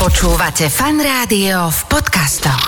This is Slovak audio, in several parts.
Počúvate Fan Rádio v podcastoch.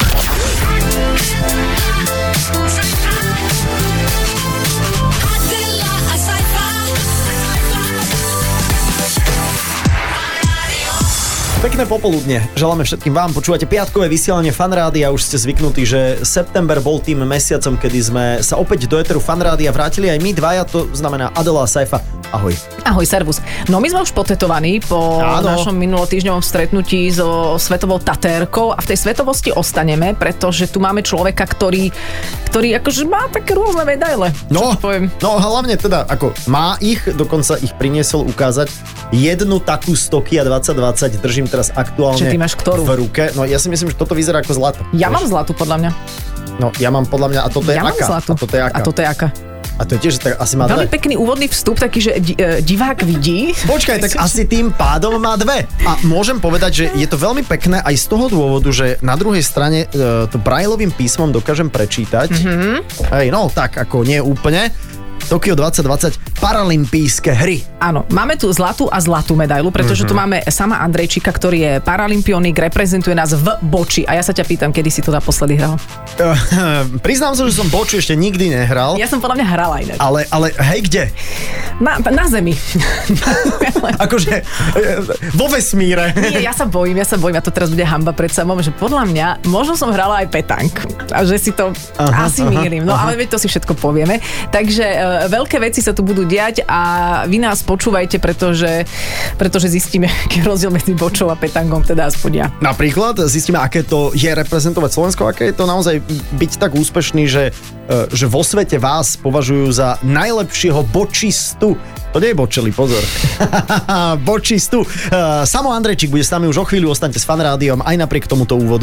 Pekné popoludne. Želáme všetkým vám. Počúvate piatkové vysielanie Fan Rádia. Už ste zvyknutí, že september bol tým mesiacom, kedy sme sa opäť do éteru Fan Rádia vrátili aj my dvaja. To znamená Adela a Saifa. Ahoj. Ahoj, servus. No my sme už potetovaní po našom minulotýždňovom stretnutí so svetovou tatérkou a v tej svetovosti ostaneme, pretože tu máme človeka, ktorý akože má také rôzne medaile. No hlavne teda, ako má ich, dokonca ich priniesol ukázať jednu takú z Tokia 2020, držím teraz aktuálne ty máš ktorú? V ruke. No ja si myslím, že toto vyzerá ako zlato. Ja mám zlatú, podľa mňa. No ja mám podľa mňa, a toto je ja aká? Mám zlatú. A toto je aká? A toto je aká? A to je tiež, tak asi má veľmi dve. Pekný úvodný vstup, taký, že divák vidí. Počkaj, tak asi tým pádom má dve. A môžem povedať, že je to veľmi pekné aj z toho dôvodu, že na druhej strane to brajlovým písmom dokážem prečítať. Mm-hmm. Hej, no tak, ako nie úplne. Tokio 2020 paralympijské hry. Áno, máme tu zlatú a zlatú medailu, pretože tu máme sama Andrejčíka, ktorý je paralympionik, reprezentuje nás v boči. A ja sa ťa pýtam, kedy si to naposledy hral? Priznám sa, že som boči ešte nikdy nehral. Ja som podľa mňa hrala inak. Ale hej, kde? Na zemi. Akože vo vesmíre. Nie, ja sa bojím, a to teraz bude hanba pred samom, že podľa mňa možno som hrala aj petank. A že si to asi mýlim. No ale veď to si všetko povieme. Takže veľké veci sa tu budú diať a vy nás počúvajte, pretože zistíme, aký je rozdiel medzi bočou a petangom, teda aspoň ja. Napríklad zistíme, aké to je reprezentovať Slovensko, aké je to naozaj byť tak úspešný, že vo svete vás považujú za najlepšieho bočistu. To nie je bočeli, pozor. Bočistu. Samo Andrejčík bude s nami už o chvíľu, ostaňte s Fan Rádiom aj napriek tomuto úvodu.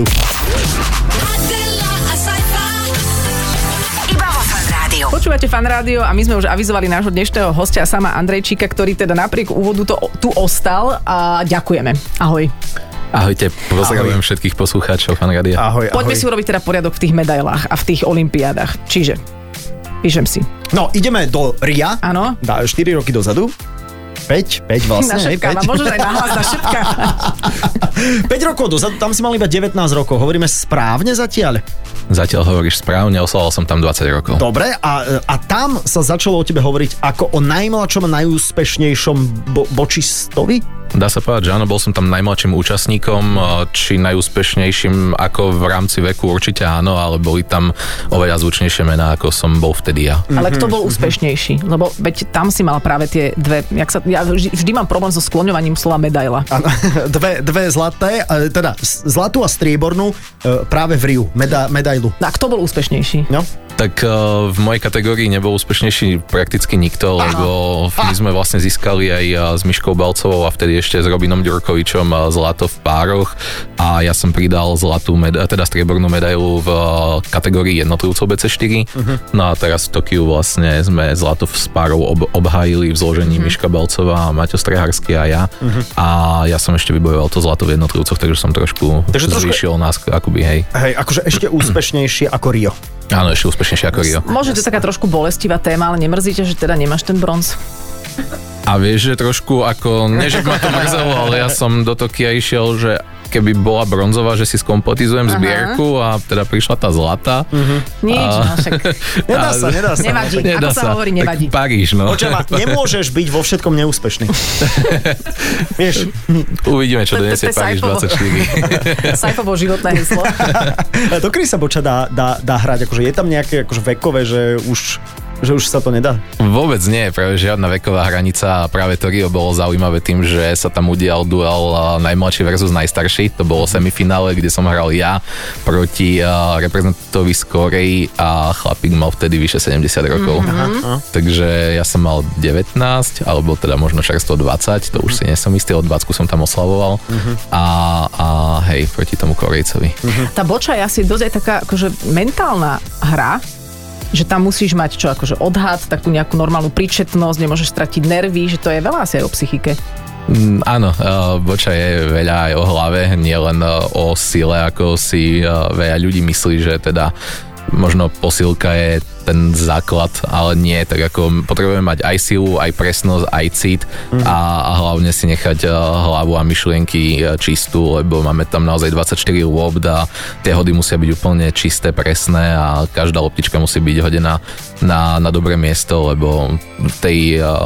Počúvate Fan Rádio a my sme už avizovali nášho dnešného hostia, sama Andrejčíka, ktorý teda napriek úvodu tu ostal a ďakujeme. Ahoj. Ahojte, pozdravujem všetkých poslucháčov Fan Rádia. Ahoj. Poďme si urobiť teda poriadok v tých medailách a v tých olympiádach. Čiže, píšem si. No, ideme do Ria. Áno. 4 roky dozadu. 5 vlastne. Našepkáva, môžeš aj nahlas našepkávať. 5 rokov dozadu, tam si mal iba 19 rokov. Hovoríme správne zatiaľ? Zatiaľ hovoríš správne, oslavoval som tam 20 rokov. Dobre, a tam sa začalo o tebe hovoriť ako o najmladšom a najúspešnejšom bočistovi? Dá sa povedať, že áno, bol som tam najmladším účastníkom, či najúspešnejším ako v rámci veku určite áno, ale boli tam oveľa zvučnejšie mená, ako som bol vtedy ja. Ale kto bol úspešnejší? Lebo veď tam si mal práve tie dve, ja vždy mám problém so skloňovaním slova medaila. Áno, dve zlaté, teda zlatú a striebornú práve v Riu, medailu. A kto bol úspešnejší? No? Tak v mojej kategórii nebol úspešnejší prakticky nikto, lebo my sme vlastne získali aj s Miškou Balcovou a vtedy ešte s Robinom Ďurkovičom zlato v pároch a ja som pridal teda striebornú medailu v kategórii jednotlivcov BC4. No a teraz v Tokiu vlastne sme zlato s párov obhájili v zložení Miška Balcová, Maťo Streharský a ja. A ja som ešte vybojoval to zlato v jednotlivcoch, takže som trošku zvýšil nás akoby, hej. Hej, akože ešte úspešnejšie ako Rio. Áno, ešte úspešnejšie ako Rio. Môže to taká trošku bolestivá téma, ale nemrzíte, že teda nemáš ten bronz? A vieš, že trošku ako, nie že ma to mrzelo, ale ja som do Tokia išiel, že keby bola bronzová, že si skomplettizujem zbierku a teda prišla tá zlata. Nič, no však. Nedá sa. Nevadí, nedá ako sa hovorí, nevadí. Tak Paríž, no. Počúva, nemôžeš byť vo všetkom neúspešný. Vieš? Uvidíme, čo donesie Paríž 24. Saifovo životné heslo. Dokedy sa boča dá hrať? Akože je tam nejaké akože vekové, že už sa to nedá? Vôbec nie, práve žiadna veková hranica a práve to Rio bolo zaujímavé tým, že sa tam udial duel najmladší versus najstarší. To bolo semifinále, kde som hral ja proti reprezentantovi z Korei a chlapík mal vtedy vyše 70 rokov. Takže ja som mal 19, alebo teda možno čerstvo 20, to už si nesom istý, od 20 som tam oslavoval a hej, proti tomu Korejcovi. Tá boča je asi dosť aj taká akože mentálna hra, že tam musíš mať čo, akože odhad, takú nejakú normálnu príčetnosť, nemôžeš stratiť nervy, že to je veľa asi aj o psychike. Áno, boča je veľa aj o hlave, nie len o sile, ako si veľa ľudí myslí, že teda možno posilka je ten základ, ale nie, tak ako potrebujeme mať aj silu, aj presnosť, aj cit a hlavne si nechať hlavu a myšlienky čistú, lebo máme tam naozaj 24 lobt a tie hody musia byť úplne čisté, presné a každá loptička musí byť hodená na dobré miesto, lebo v tej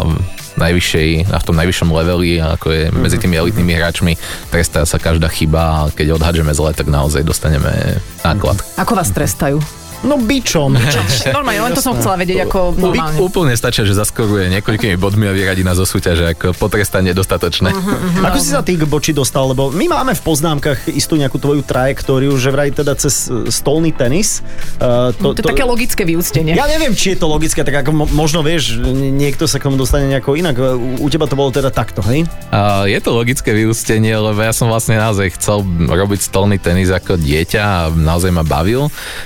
v tom najvyššom leveli, ako je medzi tými elitnými hráčmi, trestá sa každá chyba a keď odhádžeme zle, tak naozaj dostaneme náklad. Ako vás trestajú? No bičom. Normálne, len to som chcela vedieť ako normálne. Úplne stačí, že zaskoruje niekoľkými bodmi a vyradí nás zo súťaže, ako potrestanie dostatočné. Ako si sa ty k Boči dostal? Lebo my máme v poznámkach istú nejakú tvoju trajektóriu, že vraj teda cez stolný tenis. To je také logické vyústenie. Ja neviem, či je to logické, tak ako možno vieš, niekto sa k tomu dostane nejako inak. U teba to bolo teda takto, hej? Je to logické vyústenie, lebo ja som vlastne naozaj chcel robiť stolný tenis ako dieťa a naozaj ma bavil.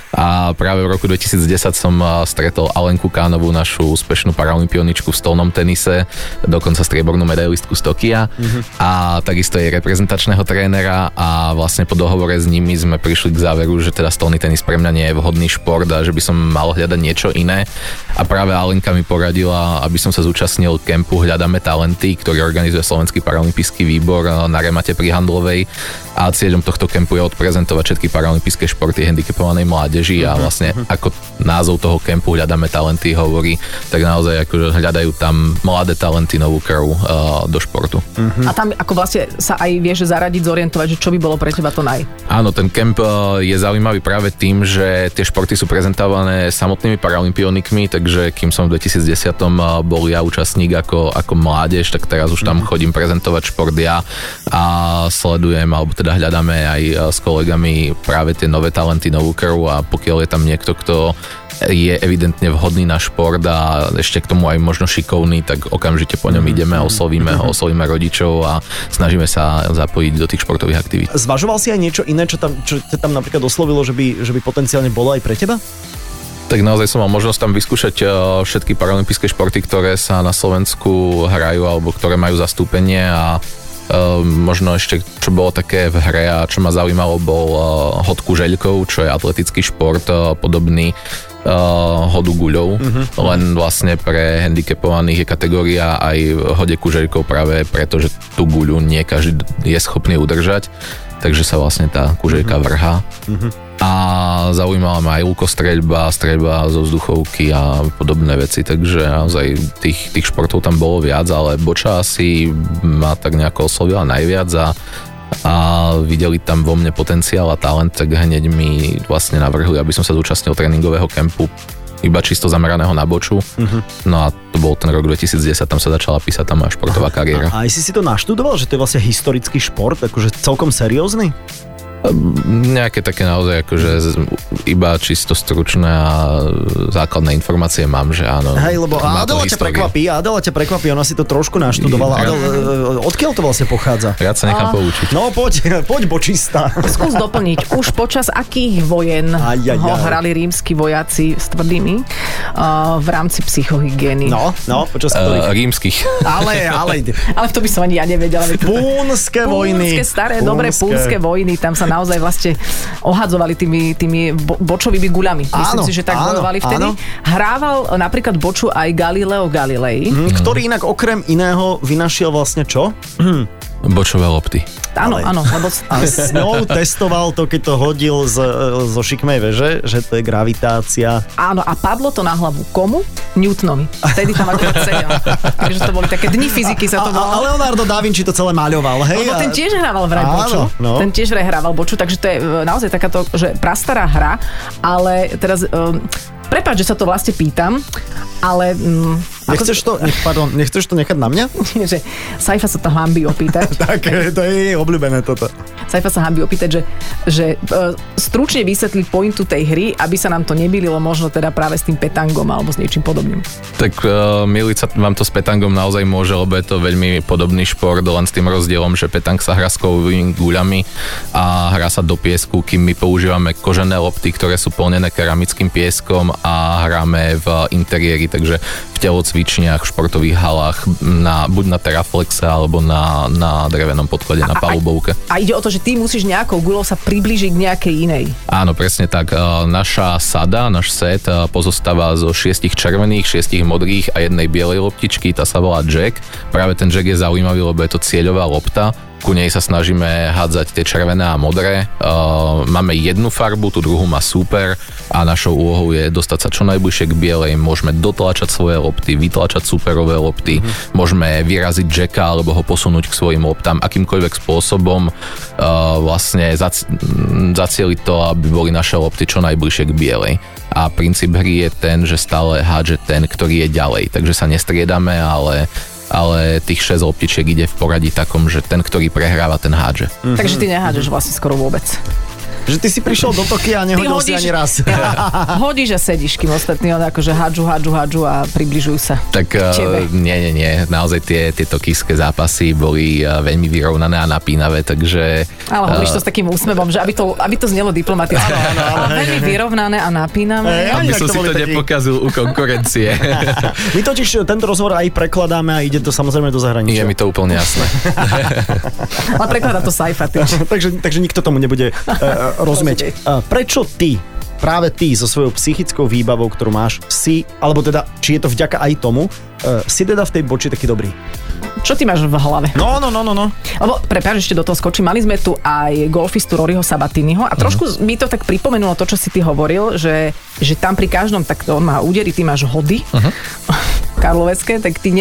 A práve v roku 2010 som stretol Alenku Kánovú, našu úspešnú paraolympioničku v stolnom tenise, dokonca striebornú medailistku z Tokia a takisto jej reprezentačného trénera a vlastne po dohovore s nimi sme prišli k záveru, že teda stolný tenis pre mňa nie je vhodný šport a že by som mal hľadať niečo iné a práve Alenka mi poradila, aby som sa zúčastnil kempu Hľadáme talenty, ktorý organizuje Slovenský paralympijský výbor na Remate pri Handlovej a cieľom tohto kempu je odprezentovať všetky paralympijské športy handicapovanej mládeži a vlastne ako názov toho kempu Hľadáme talenty hovorí, tak naozaj akože hľadajú tam mladé talenty, novú krv do športu. A tam ako vlastne sa aj vieš zaradiť, zorientovať, že čo by bolo pre teba to naj? Áno, ten kemp je zaujímavý práve tým, že tie športy sú prezentované samotnými paralympionikmi, takže kým som v 2010 bol ja účastník ako mládež, tak teraz už tam chodím prezentovať šport ja a sledujem, alebo teda hľadáme aj s kolegami práve tie nové talenty, novú krv a pokiaľ je tam niekto, kto je evidentne vhodný na šport a ešte k tomu aj možno šikovný, tak okamžite po ňom ideme, oslovíme rodičov a snažíme sa zapojiť do tých športových aktivít. Zvažoval si aj niečo iné, čo tam napríklad oslovilo, že by potenciálne bolo aj pre teba? Tak naozaj som mal možnosť tam vyskúšať všetky paralympijské športy, ktoré sa na Slovensku hrajú alebo ktoré majú zastúpenie a možno ešte, čo bolo také v hre a čo ma zaujímalo, bol hod kužeľkov, čo je atletický šport podobný hodu guľov, len vlastne pre handicapovaných je kategória aj hode kužeľkov práve preto, že tú guľu nie každý je schopný udržať, takže sa vlastne tá kužeľka vrhá. A zaujímala ma aj ľukostreľba, streľba zo vzduchovky a podobné veci, takže naozaj tých športov tam bolo viac, ale Boča asi ma tak nejako oslovila najviac a videli tam vo mne potenciál a talent, tak hneď mi vlastne navrhli, aby som sa zúčastnil tréningového kempu iba čisto zameraného na Boču. No a to bol ten rok 2010, tam sa začala písať tá moja športová kariéra. A si to naštudoval, že to je vlastne historický šport, akože celkom seriózny? Nejaké také naozaj akože iba čisto stručné a základné informácie mám, že áno. Hej, lebo Adela ťa prekvapí, ona si to trošku naštudovala. Adel, odkiaľ to vlastne pochádza? Ja sa nechám poučiť. No poď Bočista. Skús doplniť, už počas akých vojen ho hrali rímski vojaci s tvrdými v rámci psychohygieny? No, počas ktorých? Rímskych. Ale v to by som ani ja nevedela. Púnske vojny. Púnske staré, dobré púnske vojny, tam sa naozaj vlastne ohadzovali tými bočovými guľami. Myslím si, že tak bojovali vtedy. Hrával napríklad Boču aj Galileo Galilei. Ktorý inak okrem iného vynašiel vlastne čo? Bočové lopty. Áno. A s ňou testoval to, keď to hodil zo šikmej veže, že to je gravitácia. Áno, a padlo to na hlavu komu? Newtonovi. Vtedy tam akorát sedel. Takže to boli také dni fyziky sa to volalo. A Leonardo da Vinci to celé maľoval, hej? Lebo ten tiež hrával vraj Boču. No. Ten tiež vraj hrával Boču, takže to je naozaj takáto, že prastará hra, ale teraz... Prepáč, že sa to vlastne pýtam, ale... Nechceš to nechať na mňa? Že Saifa sa to hanbí opýtať. Tak, to je jej obľúbené toto. Saifa sa hanbí opýtať, že stručne vysvetliť pointu tej hry, aby sa nám to nebylilo možno teda práve s tým petangom alebo s niečím podobným. Tak miliť sa vám to s petangom naozaj môže, lebo je to veľmi podobný šport, len s tým rozdielom, že petang sa hrá s kovovými guľami a hrá sa do piesku, kým my používame kožené lopty, ktoré sú plnené keramickým pieskom a hráme v interiéri, takže v telocvičniach, v športových halách, buď na teraflexe alebo na drevenom podklade, na palubovke. A ide o to, že ty musíš nejakou guľou sa priblížiť k nejakej inej. Áno, presne tak. Naša sada, náš set pozostáva zo 6 červených, 6 modrých a jednej bielej loptičky, tá sa volá jack. Práve ten jack je zaujímavý, lebo je to cieľová lopta. Ku nej sa snažíme hádzať tie červené a modré. Máme jednu farbu, tú druhú má súper a našou úlohou je dostať sa čo najbližšie k bielej. Môžeme dotlačať svoje lopty, vytlačať súperové lopty, môžeme vyraziť jacka alebo ho posunúť k svojim loptám akýmkoľvek spôsobom. Vlastne zacieliť to, aby boli naše lopty čo najbližšie k bielej. A princíp hry je ten, že stále hádže ten, ktorý je ďalej. Takže sa nestriedame, ale tých 6 loptičiek ide v poradí takom, že ten, ktorý prehráva, ten hádže. Takže ty nehádžeš vlastne skoro vôbec. Že ty si prišiel do Tokia a nehodil si ani raz. Hodíš a sedíš, kým ostatní akože hádžu a približujú sa. Tak nie. Naozaj tie tokijské zápasy boli veľmi vyrovnané a napínavé, takže... Ale hovoríš to s takým úsmevom, že aby to znelo diplomaticky. Áno. Veľmi vyrovnané a napínavé. Aby som si to nepokazil u konkurencie. My totiž tento rozhovor aj prekladáme a ide to samozrejme do zahraničia. Je mi to úplne jasné. Ale prekladá to Saifa. Takže nikto tomu nebude rozumieť. Prečo práve ty so svojou psychickou výbavou, ktorú máš, alebo teda, či je to vďaka aj tomu, si teda v tej boči taký dobrý? Čo ty máš v hlave? No. Lebo, prepáč, ešte do toho skočím. Mali sme tu aj golfistu Roryho Sabatiniho a trošku mi to tak pripomenulo to, čo si ty hovoril, že tam pri každom, tak on má údery, ty máš hody. Karlovecké, tak ty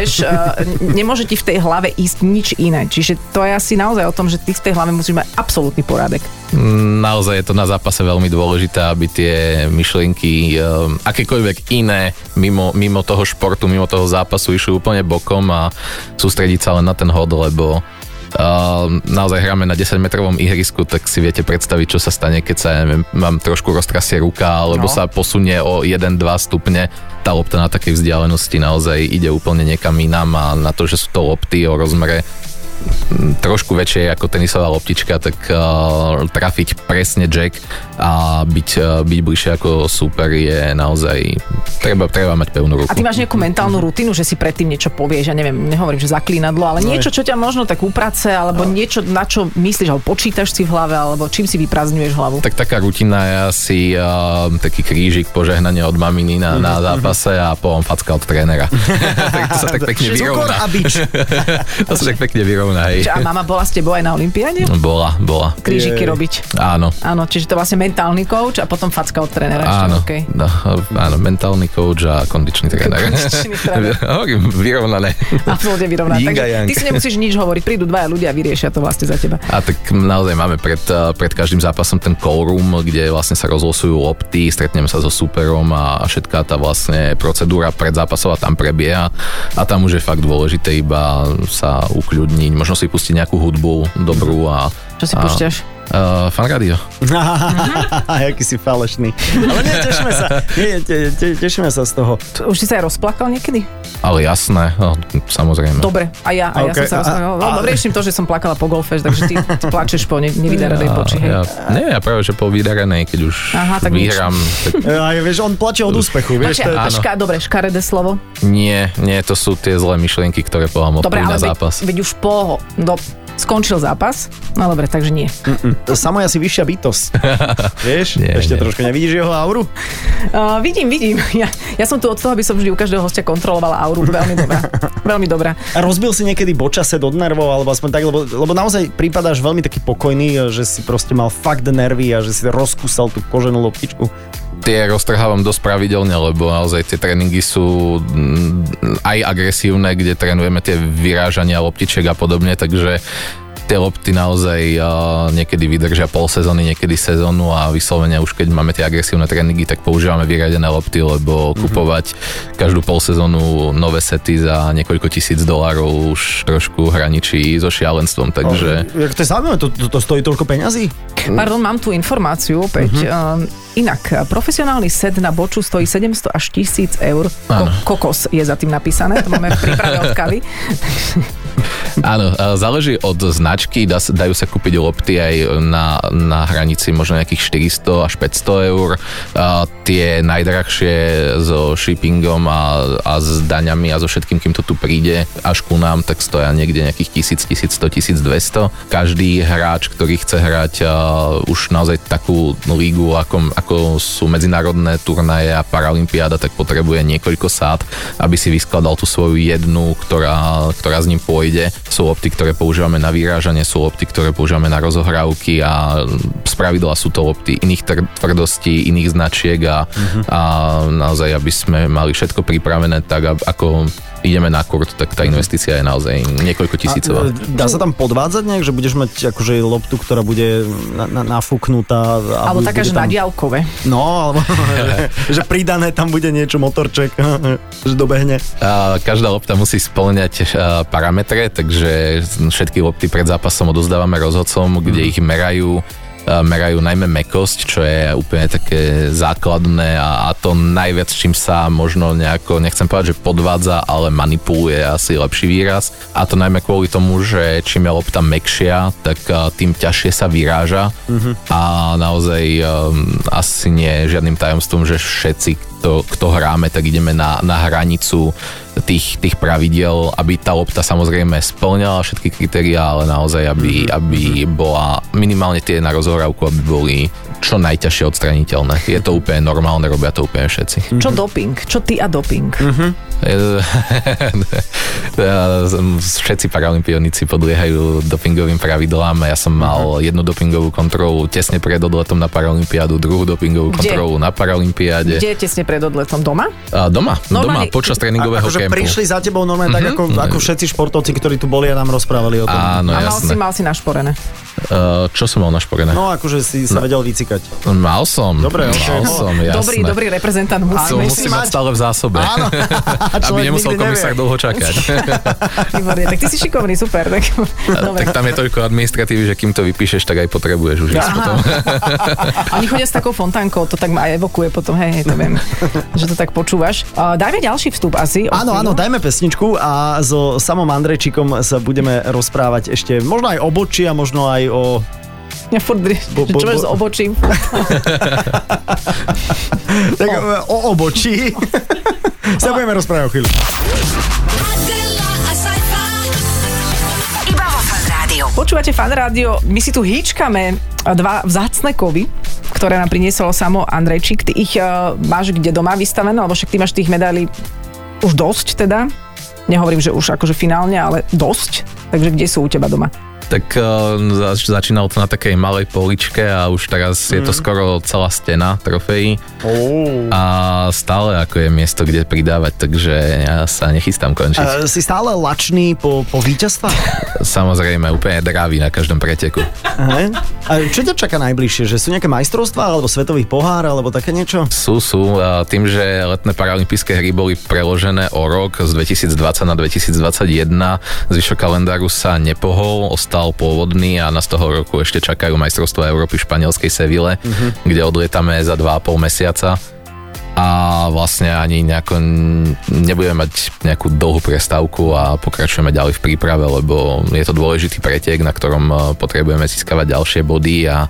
nemôže ti v tej hlave ísť nič iné. Čiže to je asi naozaj o tom, že ty v tej hlave musíš mať absolútny porádek. Naozaj je to na zápase veľmi dôležité, aby tie myšlienky akékoľvek iné mimo toho športu, mimo toho zápasu išli úplne bokom a sústrediť sa len na ten hod, lebo naozaj hráme na 10-metrovom ihrisku, tak si viete predstaviť, čo sa stane, keď sa vám trošku roztrasie ruka, alebo sa posunie o 1-2 stupne. Tá lopta na takej vzdialenosti naozaj ide úplne niekam inám a na to, že sú to lopty o rozmere trošku väčšie ako tenisová loptička, tak trafiť presne jack a byť bližšie ako super je naozaj treba mať pevnú ruku. A ty máš nejakú mentálnu rutinu, že si predtým niečo povieš, ja neviem, nehovorím, že zaklínadlo, ale niečo, čo ťa možno tak uprace, alebo niečo, na čo myslíš, alebo počítaš si v hlave, alebo čím si vyprázdňuješ hlavu? Tak taká rutina je asi taký krížik, požehnanie od maminy na zápase a potom facka od trénera. Tak to sa tak pekne vyrovná. To sa tak pekne vyrovná. A mama bola s tebou aj na olympiáde? Bola. Krížiky robiť? Áno, čiže to vlastne mentálny coach a potom facka od trénera. Áno, okay. Áno, mentálny coach a kondičný tréner. Vyrovnané. Absolútne vyrovnané. Takže ty si nemusíš nič hovoriť, prídu dvaja ľudia a vyriešia to vlastne za teba. A tak naozaj máme pred každým zápasom ten call room, kde vlastne sa rozlosujú lopty, stretneme sa so superom a všetká tá vlastne procedúra predzápasová tam prebieha a tam už je fakt dôležité iba sa ukľudniť, možno si pustiť nejakú hudbu dobrú a... Čo si púšťaš? Fan rádio. Jaký si falešný. Ale nie, tešíme sa z toho. Už si sa aj rozplakal niekedy? Ale jasné, samozrejme. Dobre, a ja som sa rozplakal. Riešim to, že som plakala po golfe, takže ty plačeš po nevydarenej boči, hej? Ja práve, že po vydarenej, keď už vyhrám. Vieš, on plače od úspechu, vieš? Dobre, škaredé slovo? Nie, to sú tie zlé myšlienky, ktoré povedám odpovedí na zápas. Veď už skončil zápas, no dobre, takže nie. Samo ja si vyššia bytosť. Vieš? Nie. Trošku nevidíš jeho auru? Vidím. Ja som tu od toho, aby som vždy u každého hostia kontrolovala auru. Veľmi dobrá. A rozbil si niekedy počase od nervov, alebo aspoň tak, lebo naozaj prípadáš veľmi taký pokojný, že si proste mal fakt nervy a že si rozkúsal tú koženú loptičku. Tie roztrhávam dosť pravidelne, lebo naozaj tie tréningy sú aj agresívne, kde trénujeme tie vyrážania loptičiek a podobne, takže tie lopty naozaj niekedy vydržia pol sezóny, niekedy sezónu a vyslovene už keď máme tie agresívne tréningy, tak používame vyradené lopty, lebo kupovať každú pol sezónu nové sety za niekoľko $1000 už trošku hraničí so šialenstvom, takže... To je zaujímavé, to stojí toľko peňazí? Pardon, mám tu informáciu opäť. Inak, profesionálny set na boču stojí 700 až 1000 eur. Kokos je za tým napísané, to máme v príprave od kavy. Áno, záleží od značky, dajú sa kúpiť lopty aj na hranici možno nejakých 400 až 500 eur. Tie najdrahšie so shippingom a s daňami a so všetkým, kým to tu príde až ku nám, tak stoja niekde nejakých 1000, 1100, 1200. Každý hráč, ktorý chce hrať už naozaj takú lígu, ako sú medzinárodné turnaje a paralympiáda, tak potrebuje niekoľko sád, aby si vyskladal tú svoju jednu, ktorá s ním pôjde. Sú lopty, ktoré používame na vyrážanie, sú lopty, ktoré používame na rozohrávky a spravidla sú to lopty iných tvrdostí, iných značiek a naozaj, aby sme mali všetko pripravené tak, ako ideme na kurt, tak tá investícia je naozaj niekoľko tisícová. Dá sa tam podvádzať nejak, že budeš mať akože loptu, ktorá bude nafúknutá? Alebo taká, že na diaľkové. No, alebo že pridané tam bude niečo, motorček, že dobehne. Každá lopta musí spĺňať parametre, takže všetky lopty pred zápasom odozdávame rozhodcom, kde ich merajú najmä mäkkosť, čo je úplne také základné a to najviac, čím sa možno nejako, nechcem povedať, že podvádza, ale manipuluje, asi lepší výraz. A to najmä kvôli tomu, že čím je lopta mäkšia, tak tým ťažšie sa vyráža a naozaj asi nie je žiadnym tajomstvom, že všetci, kto hráme, tak ideme na hranicu tých pravidiel, aby tá lopta samozrejme spĺňala všetky kritériá, ale naozaj, aby bola minimálne tie na rozhrávku, aby boli čo najťažšie odstraniteľné. Je to úplne normálne, robia to úplne všetci. Čo doping? Čo ty a doping? Všetci paralympionici podliehajú dopingovým pravidlám. Ja som mal jednu dopingovú kontrolu tesne pred odletom na paralympiádu, druhú dopingovú kontrolu na paralympiáde. Kde tesne pred odletom? Doma? Doma počas tréningového kempu. Prišli za tebou normálne tak, ako všetci športovci, ktorí tu boli a nám rozprávali o tom. Áno, a mal si našporené? Čo som mal našporené? No, akože si sa vedel vycikať. Mal som. Dobre, jasné. Dobrý reprezentant musí mať stále v zásobe. Áno. Aby nemusel komisár dlho čakať. Výborne, tak ty si šikovný, super. Tak tam je toľko administratívy, že kým to vypíšeš, tak aj potrebuješ už ísť potom. Oni chodia s takou fontánkou, to tak ma aj evokuje potom, hej, to viem, že to tak počúvaš. Dajme ďalší vstup asi. Áno, dajme pesničku a so samom Andrejčíkom sa budeme rozprávať ešte možno aj o boči a možno aj o... Ja furt, čo máš s obočím? Tak o obočí sa budeme rozprávať o chvíľu. Iba vo Fan Rádiu. Počúvate Fan Rádio, my si tu hýčkame dva vzácne kovy, ktoré nám priniesol samo Andrejčík. Ty ich máš kde doma vystavené, lebo však ty máš tých medailí už dosť teda. Nehovorím, že už akože finálne, ale dosť. Takže kde sú u teba doma? Tak začínalo to na takej malej poličke a už teraz je to skoro celá stena trofejí. A stále ako je miesto, kde pridávať, takže ja sa nechystám končiť. Si stále lačný po víťazstvách? Samozrejme, úplne dravý na každom preteku. A čo ťa čaká najbližšie? Že sú nejaké majstrovstvá alebo svetový pohár alebo také niečo? Sú. Tým, že letné paralympijské hry boli preložené o rok z 2020 na 2021, zvyšok kalendáru sa nepohol, ostal pôvodný a nás toho roku ešte čakajú majstrovstvá Európy v španielskej Seville, kde odlietame za 2,5 mesiaca a vlastne ani nebudeme mať nejakú dlhú prestávku a pokračujeme ďalej v príprave, lebo je to dôležitý pretek, na ktorom potrebujeme získavať ďalšie body a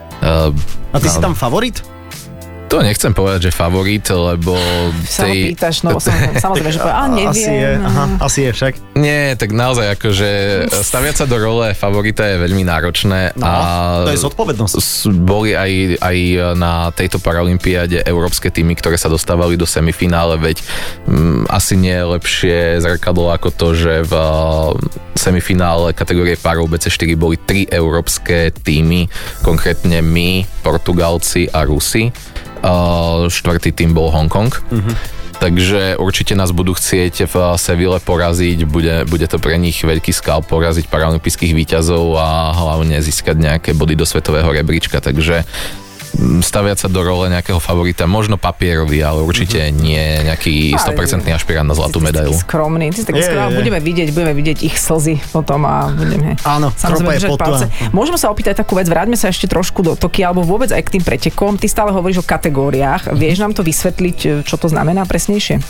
ty si tam favorit? To nechcem povedať, že favorit, lebo... Sa ho pýtaš, no samozrejme, že neviem. Asi je však. Nie, tak naozaj akože staviať sa do role favorita je veľmi náročné. No, to je zodpovednosť. Boli aj na tejto paralympiáde európske týmy, ktoré sa dostávali do semifinále, veď asi nie je lepšie zrkadlo ako to, že v semifinále kategórie párov BC4 boli 3 európske týmy, konkrétne my, Portugalci a Rusi. Štvrtý tým bol Hongkong. Takže určite nás budú chcieť v Seville poraziť, bude to pre nich veľký skalp poraziť paralympijských víťazov a hlavne získať nejaké body do svetového rebríčka, takže staviať sa do role nejakého favorita, možno papierový, ale určite nie nejaký 100% ašpirant na zlatú medailu. Ty si skromný, budeme vidieť ich slzy potom a budeme samozrejme držať palce. Môžeme sa opýtať takú vec, vráťme sa ešte trošku do Tokia, alebo vôbec aj k tým pretekom. Ty stále hovoríš o kategóriách. Vieš nám to vysvetliť, čo to znamená presnejšie?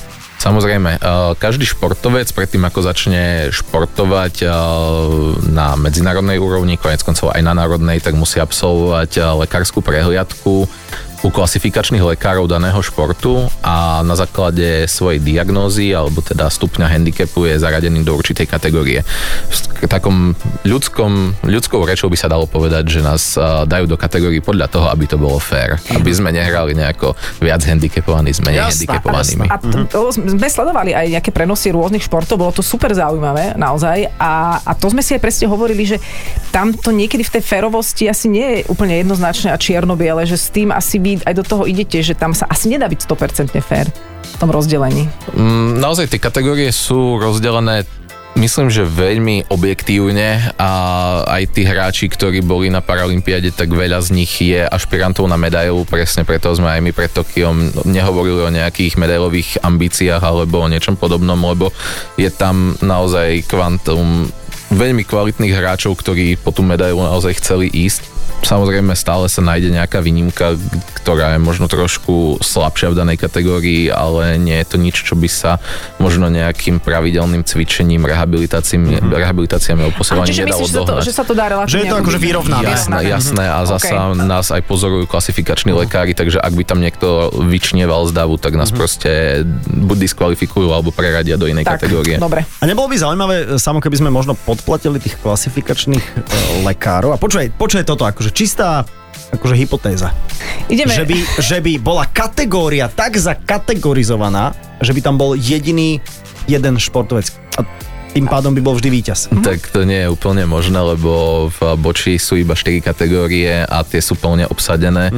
Samozrejme, každý športovec predtým, ako začne športovať na medzinárodnej úrovni, konec koncov aj na národnej, tak musí absolvovať lekárskú prehliadku u klasifikačných lekárov daného športu a na základe svojej diagnózy alebo teda stupňa handicapu je zaradený do určitej kategórie. V takom ľudskou rečou by sa dalo povedať, že nás dajú do kategórií podľa toho, aby to bolo fair. Aby sme nehrali nejako viac handicapovaní s menej handicapovanými. A to sme sledovali aj nejaké prenosy rôznych športov, bolo to super zaujímavé, naozaj. A to sme si aj presne hovorili, že tam to niekedy v tej férovosti asi nie je úplne jednoznačné a čierno-biele, že s tým asi vy aj do toho idete, že tam sa asi nedá byť 100% fér v tom rozdelení. Naozaj tie kategórie sú rozdelené, myslím, že veľmi objektívne a aj tí hráči, ktorí boli na Paralympiáde, tak veľa z nich je ašpirantov na medailu, presne preto sme aj my pred Tokiom nehovorili o nejakých medailových ambíciách alebo o niečom podobnom, lebo je tam naozaj kvantum veľmi kvalitných hráčov, ktorí po tú medailu naozaj chceli ísť. Samozrejme stále sa nájde nejaká výnimka, ktorá je možno trošku slabšia v danej kategórii, ale nie je to nič, čo by sa možno nejakým pravidelným cvičením, rehabilitáciami alebo posúvaním nedalo dohnať. Že sa to dá relatívne... Že je to akože vyrovnané. Jasné a zasa nás aj pozorujú klasifikační lekári, takže ak by tam niekto vyčnieval z davu, tak nás proste buď diskvalifikujú alebo preradia do inej kategórie. Dobre. A nebolo by zaujímavé, samo keby sme možno podplatili tých klasifikačných lekárov. A počuj toto, akože čistá akože hypotéza. Ideme. Že by bola kategória tak zakategorizovaná, že by tam bol jediný jeden športovec. A tým pádom by bol vždy víťaz. Tak to nie je úplne možné, lebo v boči sú iba 4 kategórie a tie sú plne obsadené.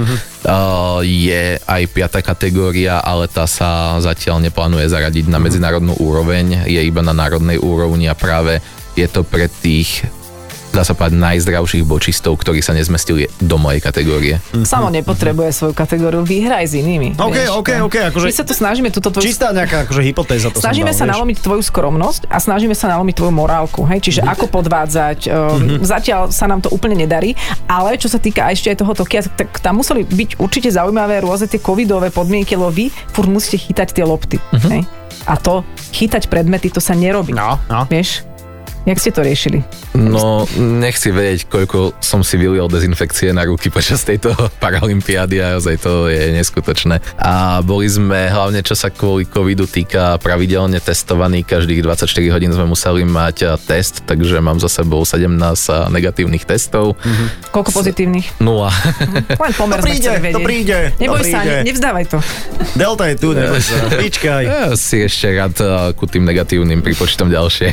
Je aj 5. kategória, ale tá sa zatiaľ neplánuje zaradiť na medzinárodnú úroveň, je iba na národnej úrovni a práve je to pre tých, dá sa povedať, najzdravších bočistov, ktorí sa nezmestili do mojej kategórie. Samo nepotrebuje svoju kategóriu, vyhraj s inými. OK. Akože my sa tu snažíme túto tvoju... Čistá nejaká akože hypotéza. Snažíme sa nalomiť tvoju skromnosť a snažíme sa nalomiť tvoju morálku. Hej? Čiže ako podvádzať. Zatiaľ sa nám to úplne nedarí, ale čo sa týka ešte aj toho Tokia, tak tam museli byť určite zaujímavé rôzne tie covidové podmienky, lebo vy furt musíte chytať tie lopty. Hej? A to chytať predmety, to sa nerobí. No. Vieš? Jak ste to riešili? No, nechci vedieť, koľko som si vylial dezinfekcie na ruky počas tejto Paralympiády a naozaj to je neskutočné. A boli sme, hlavne čo sa kvôli covidu týka, pravidelne testovaní. Každých 24 hodín sme museli mať test, takže mám za sebou 17 negatívnych testov. Koľko pozitívnych? 0. Len pomer sme chceli vedieť. To príde. Neboj sa, nevzdávaj to. Delta je tu, neboj sa. Pričkaj. Ja si ešte rád ku tým negatívnym pripočítam ďalšie.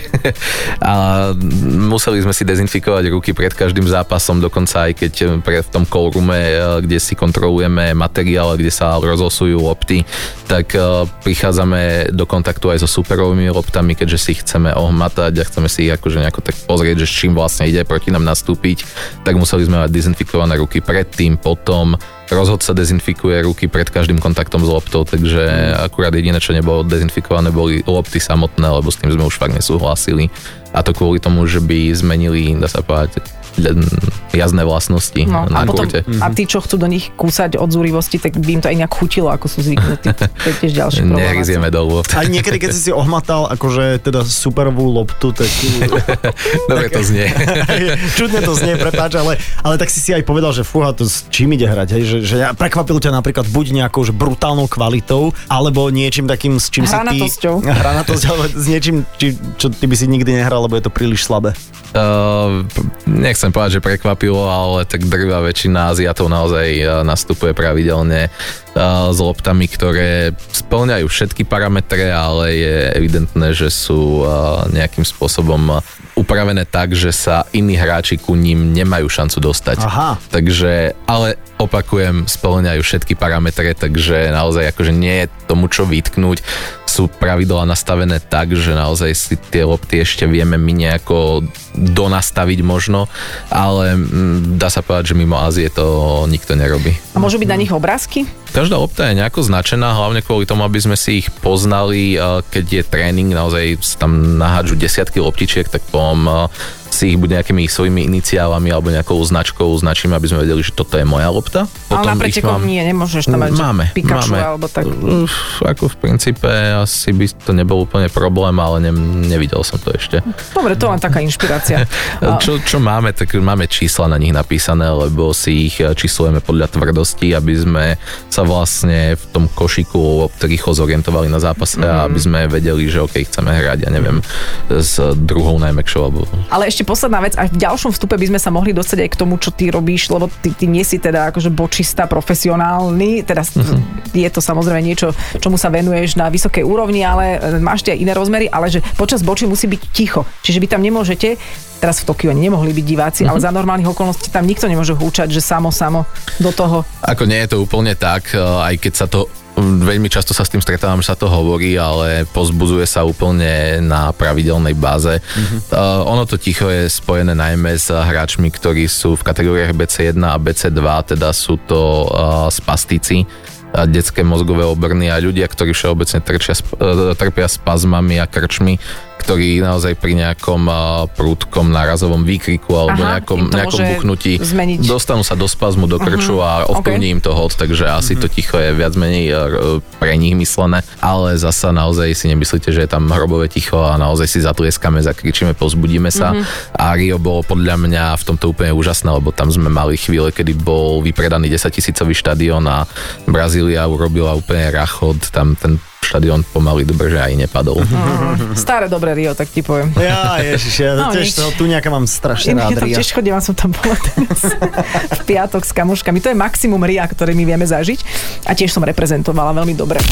A museli sme si dezinfikovať ruky pred každým zápasom, dokonca aj keď v tom callroome, kde si kontrolujeme materiál, kde sa rozosujú lopty, tak prichádzame do kontaktu aj so superovými loptami, keďže si ich chceme ohmatať a chceme si ich akože nejako tak pozrieť, že s čím vlastne ide proti nám nastúpiť, tak museli sme mať dezinfikované ruky predtým, potom rozhodca dezinfikuje ruky pred každým kontaktom s loptou, takže akurát jediné, čo nebolo dezinfikované, boli lopty samotné, lebo s tým sme už fakt nesúhlasili. A to kvôli tomu, že by zmenili, dá sa povedať, jazdné vlastnosti na kurte. A tí, čo chcú do nich kúsať od zúrivosti, tak by im to aj nejak chutilo, ako sú zvyknutí. To je tiež ďalší problém. Nehryzieme do lôd. A niekedy, keď si ohmatal akože teda superovú loptu, tak... Dobre to znie. Čudne to znie, prepáč, ale tak si aj povedal, že fúha, to s čím ide hrať, hej? Že prekvapil ťa napríklad buď nejakou že brutálnou kvalitou, alebo niečím takým, s čím hranatosťou. Hranatosťou, ale s niečím, čo ty by si nikdy nehral, lebo je to príliš slabé. Nechcem povedať, že prekvapilo, ale tak drvá väčšina Aziatov naozaj nastupuje pravidelne s loptami, ktoré spĺňajú všetky parametre, ale je evidentné, že sú nejakým spôsobom upravené tak, že sa iní hráči ku ním nemajú šancu dostať. Aha. Takže, ale opakujem, spĺňajú všetky parametre, takže naozaj akože nie je tomu čo vytknúť. Sú pravidlá nastavené tak, že naozaj si tie lopty ešte vieme my nejako donastaviť možno, ale dá sa povedať, že mimo Ázie to nikto nerobí. A môžu byť na nich obrázky? Každá lopta je nejako značená, hlavne kvôli tomu, aby sme si ich poznali, keď je tréning, naozaj tam nahádžu desiatky loptičiek, tak potom si ich buď nejakými svojimi iniciálami alebo nejakou značkou označíme, aby sme vedeli, že toto je moja lopta. Ale na pretekoch nie, nemôžeš tam mať Pikachu alebo tak. Ako v princípe asi by to nebol úplne problém, ale nevidel som to ešte. Dobre, to len taká inšpirácia. Čo máme, tak máme čísla na nich napísané, lebo si ich číslujeme podľa tvrdosti, aby sme sa vlastne v tom košiku rýchlo zorientovali na zápase a aby sme vedeli, že OK, chceme hrať, ja neviem, s druhou najmäkšou. Ale ešte posledná vec, aj v ďalšom vstupe by sme sa mohli dostať aj k tomu, čo ty robíš, lebo ty nie si teda akože bočista profesionálny, teda je to samozrejme niečo, čomu sa venuješ na vysokej úrovni, ale máš aj iné rozmery, ale že počas bočí musí byť ticho. Čiže vy tam nemôžete, teraz v Tokiu nemohli byť diváci, ale za normálnych okolností tam nikto nemôže húčať, že samo do toho. Ako nie je to úplne tak, aj keď sa to veľmi často sa s tým stretávam, že sa to hovorí, ale pozbudzuje sa úplne na pravidelnej báze. Ono to ticho je spojené najmä s hráčmi, ktorí sú v kategóriách BC1 a BC2, teda sú to spastíci, detské mozgové obrny a ľudia, ktorí všeobecne trpia spazmami a krčmi, ktorí naozaj pri nejakom prudkom nárazovom výkriku alebo nejakom buchnutí dostanú sa do spazmu, do krču a ovplyvní im to hod, takže asi to ticho je viac menej pre nich myslené, ale zasa naozaj si nemyslíte, že je tam hrobové ticho a naozaj si zatlieskame, zakričíme, povzbudíme sa a Rio bolo podľa mňa v tomto úplne úžasné, lebo tam sme mali chvíle, kedy bol vypredaný 10 000-ový štadión a Brazília urobila úplne rachod, tam ten štadión pomaly dobre, že aj nepadol. Staré dobré Rio, tak ti poviem. Ja, ježiš, ja tiež toho tu nejaká mám strašne rád Ria. Ja tiež chodila, som tam bola v piatok s kamoškami. To je maximum Ria, ktoré my vieme zažiť. A tiež som reprezentovala veľmi dobre.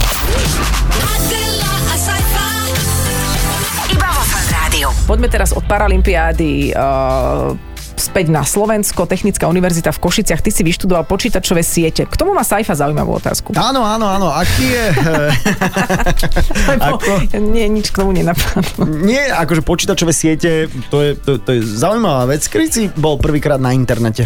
Iba vo Fan Rádiu. Poďme teraz od Paralympiády späť na Slovensko, Technická univerzita v Košiciach. Ty si vyštudoval počítačové siete. K tomu má Saifa zaujímavú otázku. Áno. Aký je... Nie, nič k tomu nenapadlo. Nie, akože počítačové siete, to je zaujímavá vec. Kedy si bol prvýkrát na internete?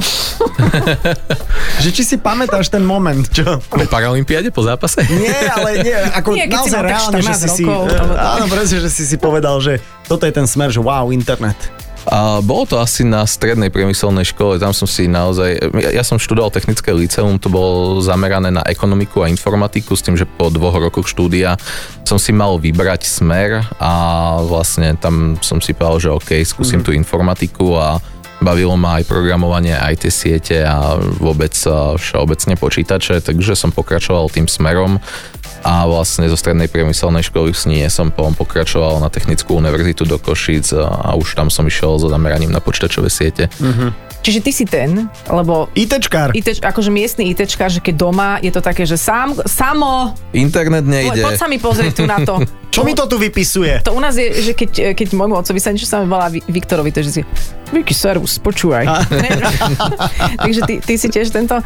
Že či si pamätáš ten moment, čo? Po Paralympiáde, po zápase? Nie, ale nie, ako nie, naozaj reálne, že si áno, presne, že si povedal, že toto je ten smer, že wow, internet. A bolo to asi na strednej priemyselnej škole, tam som si naozaj, ja som študoval technické liceum, to bolo zamerané na ekonomiku a informatiku, s tým, že po 2 rokoch štúdia som si mal vybrať smer a vlastne tam som si povedal, že OK, skúsim tú informatiku a bavilo ma aj programovanie, aj tie siete a vôbec všeobecne počítače, takže som pokračoval tým smerom. A vlastne zo strednej priemyselnej školy s ní som pokračoval na Technickú univerzitu do Košíc a už tam som išiel so zameraním na počítačové siete. Čiže ty si ten, lebo... ITčkár. Akože miestny ITčkár, že keď doma je to také, že samo... Internet nejde. Poď sa mi pozrieť tu na to. Čo mi to tu vypisuje? To u nás je, že keď môjmu otcovi sa niečo sa mi volá Viktorovi, to je, že si Viki, servus, počúvaj. Takže ty si tiež tento...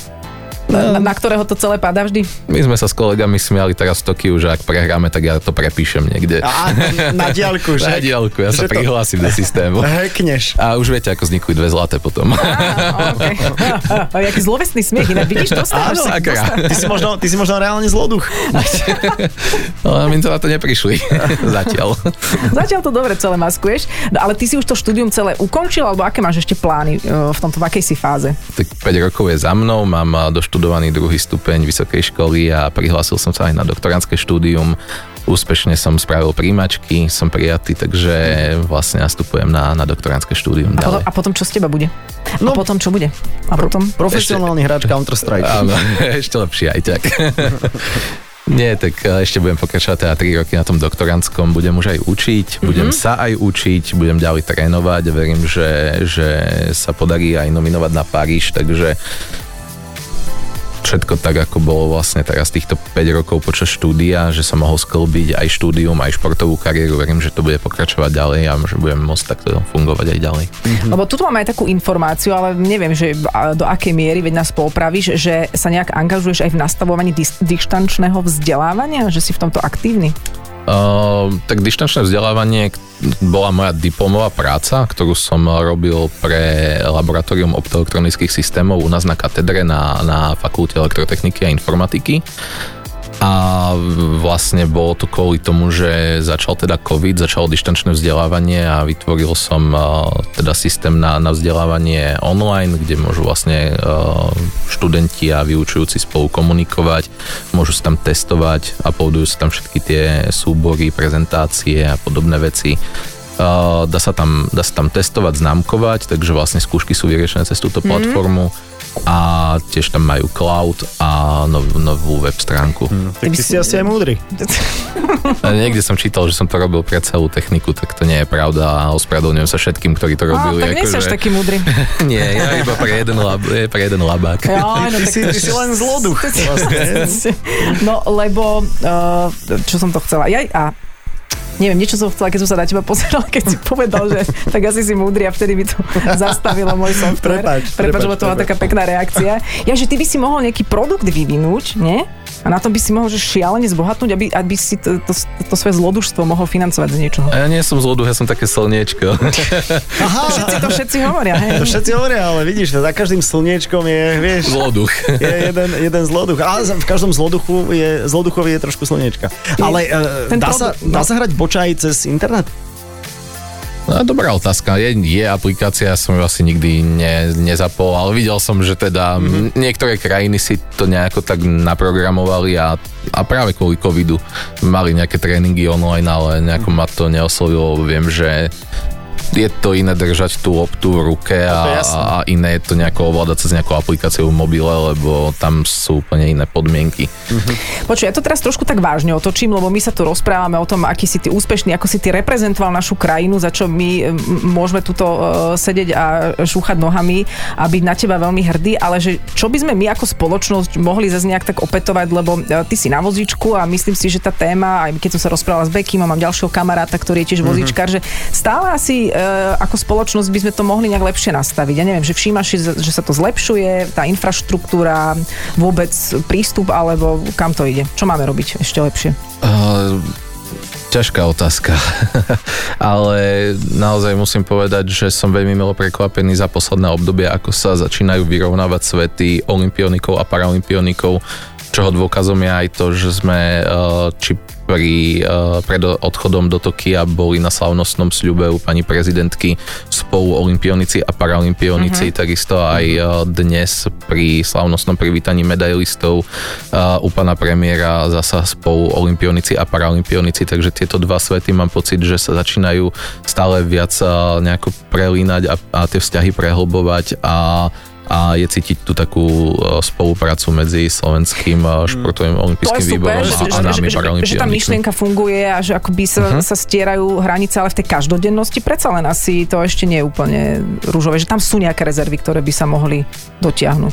Na ktorého to celé padá vždy? My sme sa s kolegami smiali teraz v Tokiu, že ak prehráme, tak ja to prepíšem niekde. Na diaľku, že? Na diaľku, ja sa prihlásim do systému. Hackneš. A už viete, ako vznikli 2 zlaté potom. Okay. Jaký zlovesný smiech, inak vidíš, dostávaš sa. Ty si možno reálne zloduch. Ale my to na to neprišli. Zatiaľ. Zatiaľ to dobre celé maskuješ. No, ale ty si už to štúdium celé ukončil, alebo aké máš ešte plány v akej si fáze? Tak 5 rokov je za mnou, mám doštudovaný 2. stupeň vysokej školy a prihlásil som sa aj na doktorantské štúdium. Úspešne som spravil príjmačky, som prijatý, takže vlastne nastupujem na doktorantské štúdium. A potom čo z teba bude? No, a potom čo bude? A potom? Profesionálny hráč Counter-Strike. Áno, ešte lepšie aj tak. Nie, tak ešte budem pokračovať teda 3 roky na tom doktorantskom, budem už aj učiť, budem sa aj učiť, budem ďalej trénovať, verím, že sa podarí aj nominovať na Paríž, takže všetko tak, ako bolo vlastne teraz týchto 5 rokov počas štúdia, že som mohol sklbiť aj štúdium, aj športovú kariéru. Verím, že to bude pokračovať ďalej a že budem môcť takto fungovať aj ďalej. Lebo tu máme aj takú informáciu, ale neviem, že do akej miery, veď nás poopravíš, že sa nejak angažuješ aj v nastavovaní dištančného vzdelávania, že si v tomto aktívny? Tak dištančné vzdelávanie bola moja diplomová práca, ktorú som robil pre laboratórium optoelektronických systémov u nás na katedre na fakulte elektrotechniky a informatiky. A vlastne bolo to kvôli tomu, že začal teda COVID, začalo dištančné vzdelávanie a vytvoril som teda systém na vzdelávanie online, kde môžu vlastne študenti a vyučujúci spolu komunikovať, môžu sa tam testovať, uploadujú sa tam všetky tie súbory, prezentácie a podobné veci. Dá sa tam testovať, známkovať, takže vlastne skúšky sú vyriešené cez túto platformu. A tiež tam majú cloud a novú web stránku. Tak ty si asi aj múdry. Niekde som čítal, že som to robil pre celú techniku, tak to nie je pravda a ospravedlňujem sa všetkým, ktorí to robili. Tak nie si až taký múdry. Nie, ja iba pre jeden labák. Ty si len zloduch. No, lebo čo som to chcela? Neviem, niečo som chcela, keď som sa na teba pozerala, keď si povedal, že tak asi si múdry a vtedy mi to zastavilo môj software. Prepáč, lebo to bola taká pekná reakcia. Že ty by si mohol nejaký produkt vyvinúť, nie? A na tom by si mohol že šialene zbohatnúť, aby si to svoje zlodužstvo mohol financovať z niečoho. Ja nie som zloduch, ja som také slniečko. Aha. Všetci hovoria, hej? To všetci hovoria, ale vidíš, za každým slniečkom je, vieš... Zloduch. Je jeden zloduch. A v každom zloduchovi je trošku slniečka. Ale dá sa hrať bočaj cez internet? No, dobrá otázka. Je aplikácia, som ju asi nikdy nezapol, ale videl som, že teda niektoré krajiny si to nejako tak naprogramovali a práve kvôli covidu mali nejaké tréningy online, ale nejako ma to neoslovilo. Viem, že je to iné držať tú loptu v ruke a iné je to nejako ovládať cez nejakú aplikáciu v mobile, lebo tam sú úplne iné podmienky. Počuj, ja to teraz trošku tak vážne otočím, lebo my sa tu rozprávame o tom, aký si ty úspešný, ako si ty reprezentoval našu krajinu, za čo my môžeme tuto sedieť a šúchať nohami a byť na teba veľmi hrdí, ale že čo by sme my ako spoločnosť mohli zase nejak tak opätovať, lebo ty si na vozíčku a myslím si, že tá téma, aj keď som sa rozprávala s Bekým, mám ďalšieho kamaráta, ktorý je tiež vozíčkar, že stále asi ako spoločnosť by sme to mohli nejak lepšie nastaviť. Ja neviem, že všímaš si, že sa to zlepšuje, tá infraštruktúra, vôbec prístup, alebo kam to ide? Čo máme robiť ešte lepšie? Ťažká otázka. Ale naozaj musím povedať, že som veľmi milo prekvapený za posledné obdobie, ako sa začínajú vyrovnávať svety olympionikov a paralympionikov, čoho dôkazom je aj to, že sme pred odchodom do Tokia boli na slavnostnom sľube u pani prezidentky spolu olympionici a paralympionici, takisto aj dnes pri slavnostnom privítaní medailistov u pana premiéra zasa spolu olympionici a paralympionici, takže tieto dva svety mám pocit, že sa začínajú stále viac nejako prelínať a tie vzťahy prehlbovať a je cítiť tú takú spoluprácu medzi slovenským športovým olympijským výborom a nami paralympionikmi. Že tá myšlienka funguje a že akoby sa stierajú hranice, ale v tej každodennosti predsa len asi to ešte nie je úplne ružové, že tam sú nejaké rezervy, ktoré by sa mohli dotiahnuť.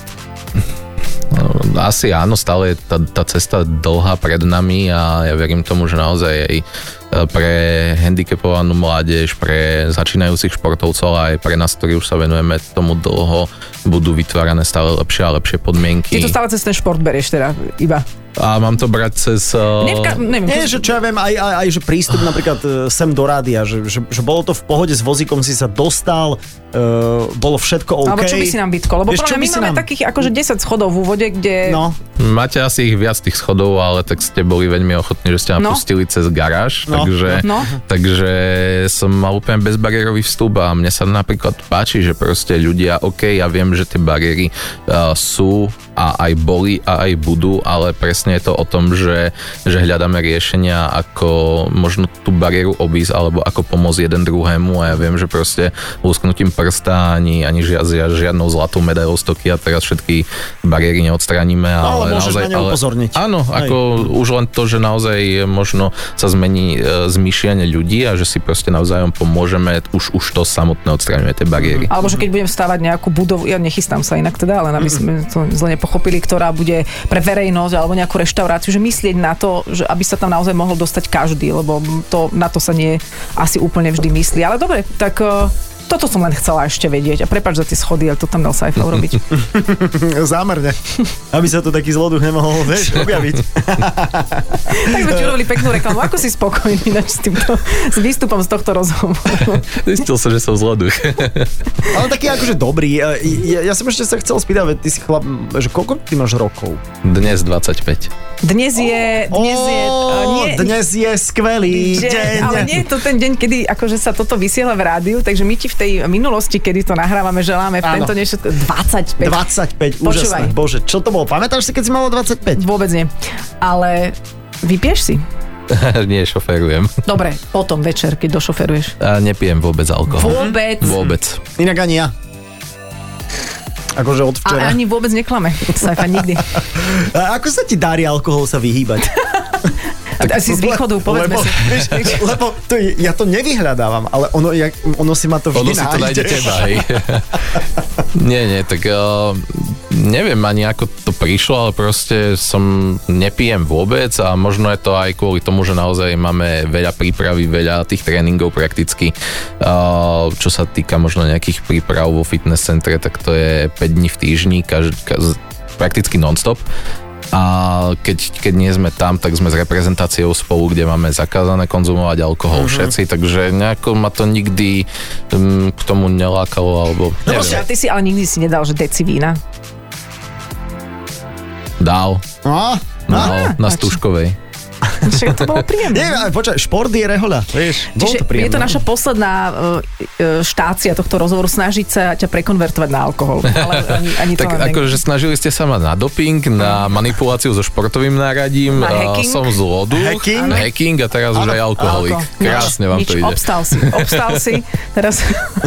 Asi áno, stále je tá cesta dlhá pred nami a ja verím tomu, že naozaj aj pre handicapovanú mládež, pre začínajúcich športovcov, ale aj pre nás, ktorí už sa venujeme tomu dlho, budú vytvárané stále lepšie a lepšie podmienky. Ty to stále cez ten šport berieš teda iba? A mám to brať cez... Nie, že čo ja viem, aj že prístup napríklad sem do rádia, že bolo to v pohode, s vozíkom si sa dostal, bolo všetko OK. Alebo čo by si nám bytko? Lebo my máme takých akože 10 schodov v úvode, kde... No. Máte asi ich viac tých schodov, ale tak ste boli veľmi ochotní, že ste ma pustili cez garáž, takže som mal úplne bezbariérový vstup a mne sa napríklad páči, že proste ľudia, OK, ja viem, že tie bariéry sú a aj boli a aj budú, ale presne je to o tom, že hľadáme riešenia, ako možno tú bariéru obísť, alebo ako pomôcť jeden druhému a ja viem, že proste lusknutím prsta ani žiadnou zlatou medailou z Tokia teraz všetky bariéry neodstránime, ale naozaj... upozorniť. Áno, ako už len to, že naozaj možno sa zmení zmýšľanie ľudí a že si proste navzájom pomôžeme, už to samotné odstraňuje tie bariéry. Alebo že keď budem stavať nejakú budovu, ja nechystám sa inak teda, ale aby sme to zle nepochopili, ktorá bude pre verejnosť alebo nejakú reštauráciu, že myslieť na to, že aby sa tam naozaj mohol dostať každý, lebo na to sa nie asi úplne vždy myslí. Ale dobre, tak Toto som len chcela ešte vedieť. A prepáč za tie schody, ale to tam dal Saifa urobiť. Zámerne. Aby sa tu taký zloduch nemohol, vieš, objaviť. Tak sme ti urobili peknú reklamu. Ako si spokojný s výstupom z tohto rozhovoru? Zistil som, že som zloduch. Ale taký akože dobrý. Ja som ešte sa chcel spýtať, ty si chlap, že koľko ty máš rokov? Dnes 25. Dnes je skvelý deň. Ale nie je to ten deň, kedy akože sa toto vysiela v rádiu, takže my ti v tej minulosti, kedy to nahrávame, želáme v tento niečo 25. 25, úžasné. Bože, čo to bolo? Pamätáš si, keď si mala 25? Vôbec nie. Ale vypieš si? Nie, šoferujem. Dobre, potom večer, keď došoferuješ. Nepijem vôbec alkohol. Vôbec. Inak ani ja. Akože od včera. A ani vôbec neklame. Saifa, nikdy. A ako sa ti darí alkohol sa vyhýbať? Asi z východu, povedzme si. Lebo ja to nevyhľadávam, ale ono si ma to vždy nájde. Ono si to nájde teba, hej. Nie, tak neviem ani ako to prišlo, ale proste nepijem vôbec a možno je to aj kvôli tomu, že naozaj máme veľa prípravy, veľa tých tréningov prakticky. Čo sa týka možno nejakých príprav vo fitness centre, tak to je 5 dní v týždni, prakticky non-stop. A keď nie sme tam, tak sme s reprezentáciou spolu, kde máme zakázané konzumovať alkohol všetci, takže nejako ma to nikdy k tomu nelákalo, alebo neviem. Ty si ale nikdy si nedal, že deci vína? Dal. Na Stužkovej. Však to bolo príjemné. Nie, počkaj, šport je rehoľa, vieš. Čiže je to naša posledná štácia tohto rozhovoru, snažiť sa ťa prekonvertovať na alkohol. Ale ani to tak akože snažili ste sa ma na doping, na manipuláciu so športovým náradím, som zloduch, hacking a teraz už aj alkoholik. Krásne vám to ide. Obstal si. Teraz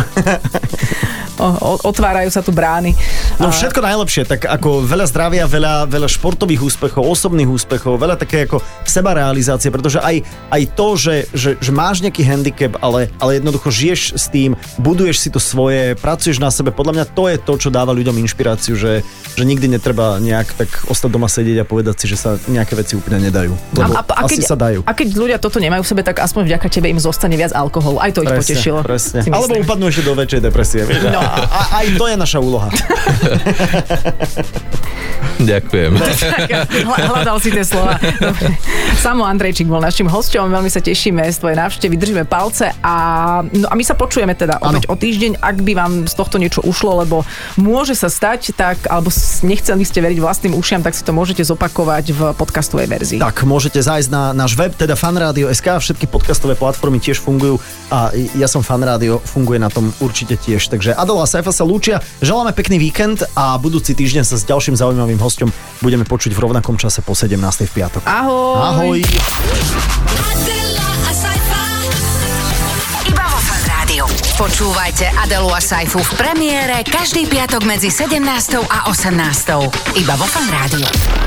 otvárajú sa tu brány. No všetko najlepšie, tak ako veľa zdravia, veľa športových úspechov, osobných úspechov, veľa také ako sebarealizácie, pretože aj to, že máš nejaký handicap, ale jednoducho žiješ s tým, buduješ si to svoje, pracuješ na sebe, podľa mňa to je to, čo dáva ľuďom inšpiráciu, že nikdy netreba nejak tak ostať doma sedieť a povedať si, že sa nejaké veci úplne nedajú. Lebo asi sa dajú. A keď ľudia toto nemajú v sebe, tak aspoň vďaka tebe im zostane viac alkoholu. Aj to ich potešilo. Presne. Alebo upadnú ešte do väčšej depresie. Vieš? No. A aj to je naša úloha. Ďakujem. Hľadal si tie slova. Dobre. Samo Andrejčík bol našim hosťom, veľmi sa tešíme z tvojej návštevy, držíme palce a my sa počujeme teda opäť o týždeň, ak by vám z tohto niečo ušlo, lebo môže sa stať, tak, alebo nechceli ste veriť vlastným ušiam, tak si to môžete zopakovať v podcastovej verzii. Tak, môžete zájsť na náš web, teda fanradio.sk, všetky podcastové platformy tiež fungujú a ja som Fanrádio, funguje na tom určite tiež. Takže Adela a Saifa sa lúčia, želáme pekný víkend a budúci týždeň sa s ďalším zaujímavým hosťom budeme počuť v rovnakom čase po 17. v piatok. Ahoj. Iba vo Fanrádiu. Počúvajte Adelu a Saifu v premiére každý piatok medzi 17. a 18. Iba vo Fanrádiu.